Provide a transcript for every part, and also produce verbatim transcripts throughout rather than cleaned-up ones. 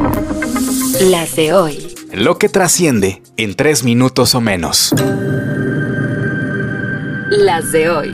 Las de hoy. Lo que trasciende en tres minutos o menos. Las de hoy.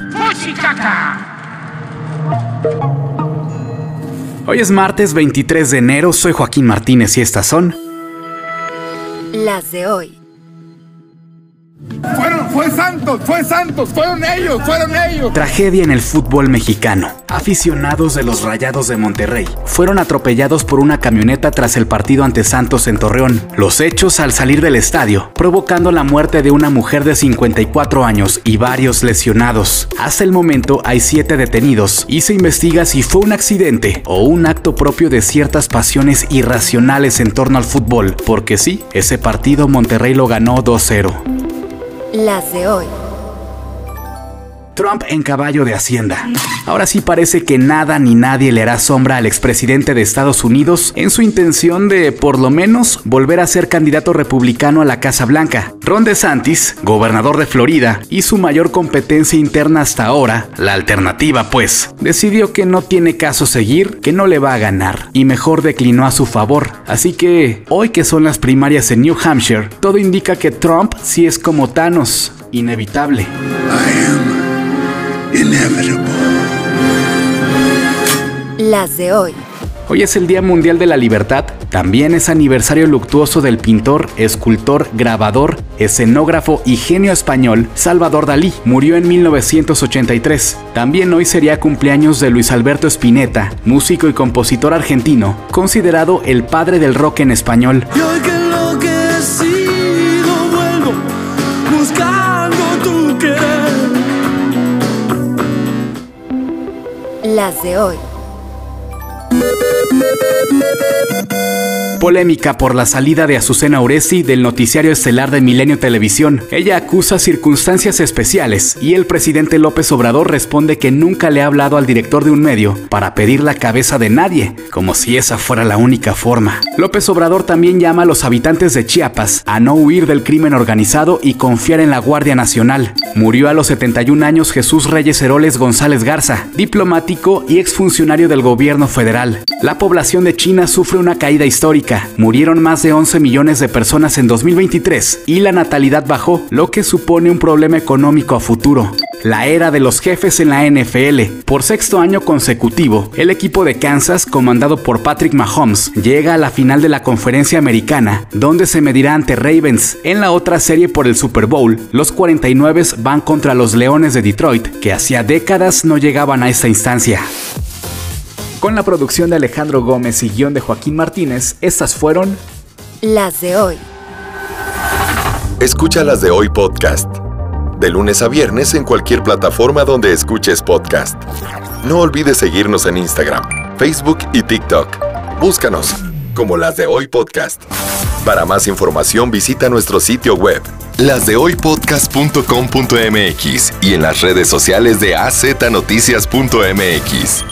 Hoy es martes veintitrés de enero, soy Joaquín Martínez y estas son... Las de hoy. Fueron, fue Santos, fue Santos, fueron ellos, fueron ellos. Tragedia en el fútbol mexicano. Aficionados de los Rayados de Monterrey fueron atropellados por una camioneta tras el partido ante Santos en Torreón. Los hechos al salir del estadio, provocando la muerte de una mujer de cincuenta y cuatro años y varios lesionados. Hasta el momento hay siete detenidos y se investiga si fue un accidente o un acto propio de ciertas pasiones irracionales en torno al fútbol, porque sí, ese partido Monterrey lo ganó dos cero. Las de hoy. Trump en caballo de Hacienda. Ahora sí parece que nada ni nadie le hará sombra al expresidente de Estados Unidos en su intención de, por lo menos, volver a ser candidato republicano a la Casa Blanca. Ron DeSantis, gobernador de Florida, y su mayor competencia interna hasta ahora, la alternativa pues, decidió que no tiene caso seguir, que no le va a ganar, y mejor declinó a su favor. Así que, hoy que son las primarias en New Hampshire, todo indica que Trump sí es como Thanos, inevitable. Inevitable. Las de hoy. Hoy es el Día Mundial de la Libertad, también es aniversario luctuoso del pintor, escultor, grabador, escenógrafo y genio español Salvador Dalí. Murió en mil novecientos ochenta y tres. También hoy sería cumpleaños de Luis Alberto Spinetta, músico y compositor argentino, considerado el padre del rock en español. Y hoy que enloquecido vuelvo buscando tu querer. Las de hoy. Polémica por la salida de Azucena Oresti del noticiario estelar de Milenio Televisión. Ella acusa circunstancias especiales y el presidente López Obrador responde que nunca le ha hablado al director de un medio para pedir la cabeza de nadie, como si esa fuera la única forma. López Obrador también llama a los habitantes de Chiapas a no huir del crimen organizado y confiar en la Guardia Nacional. Murió a los setenta y un años Jesús Reyes Heroles González Garza, diplomático y exfuncionario del gobierno federal. La población de China sufre una caída histórica. Murieron más de once millones de personas en dos mil veintitrés y la natalidad bajó, lo que supone un problema económico a futuro. La era de los jefes en la N F L. Por sexto año consecutivo, el equipo de Kansas, comandado por Patrick Mahomes, llega a la final de la Conferencia Americana, donde se medirá ante Ravens. En la otra serie por el Super Bowl, los cuarenta y nueve van contra los Leones de Detroit, que hacía décadas no llegaban a esta instancia. Con la producción de Alejandro Gómez y guión de Joaquín Martínez, estas fueron... Las de hoy. Escucha Las de Hoy podcast. De lunes a viernes en cualquier plataforma donde escuches podcast. No olvides seguirnos en Instagram, Facebook y TikTok. Búscanos como Las de Hoy podcast. Para más información visita nuestro sitio web las de hoy podcast punto com punto m x y en las redes sociales de a z noticias punto m x.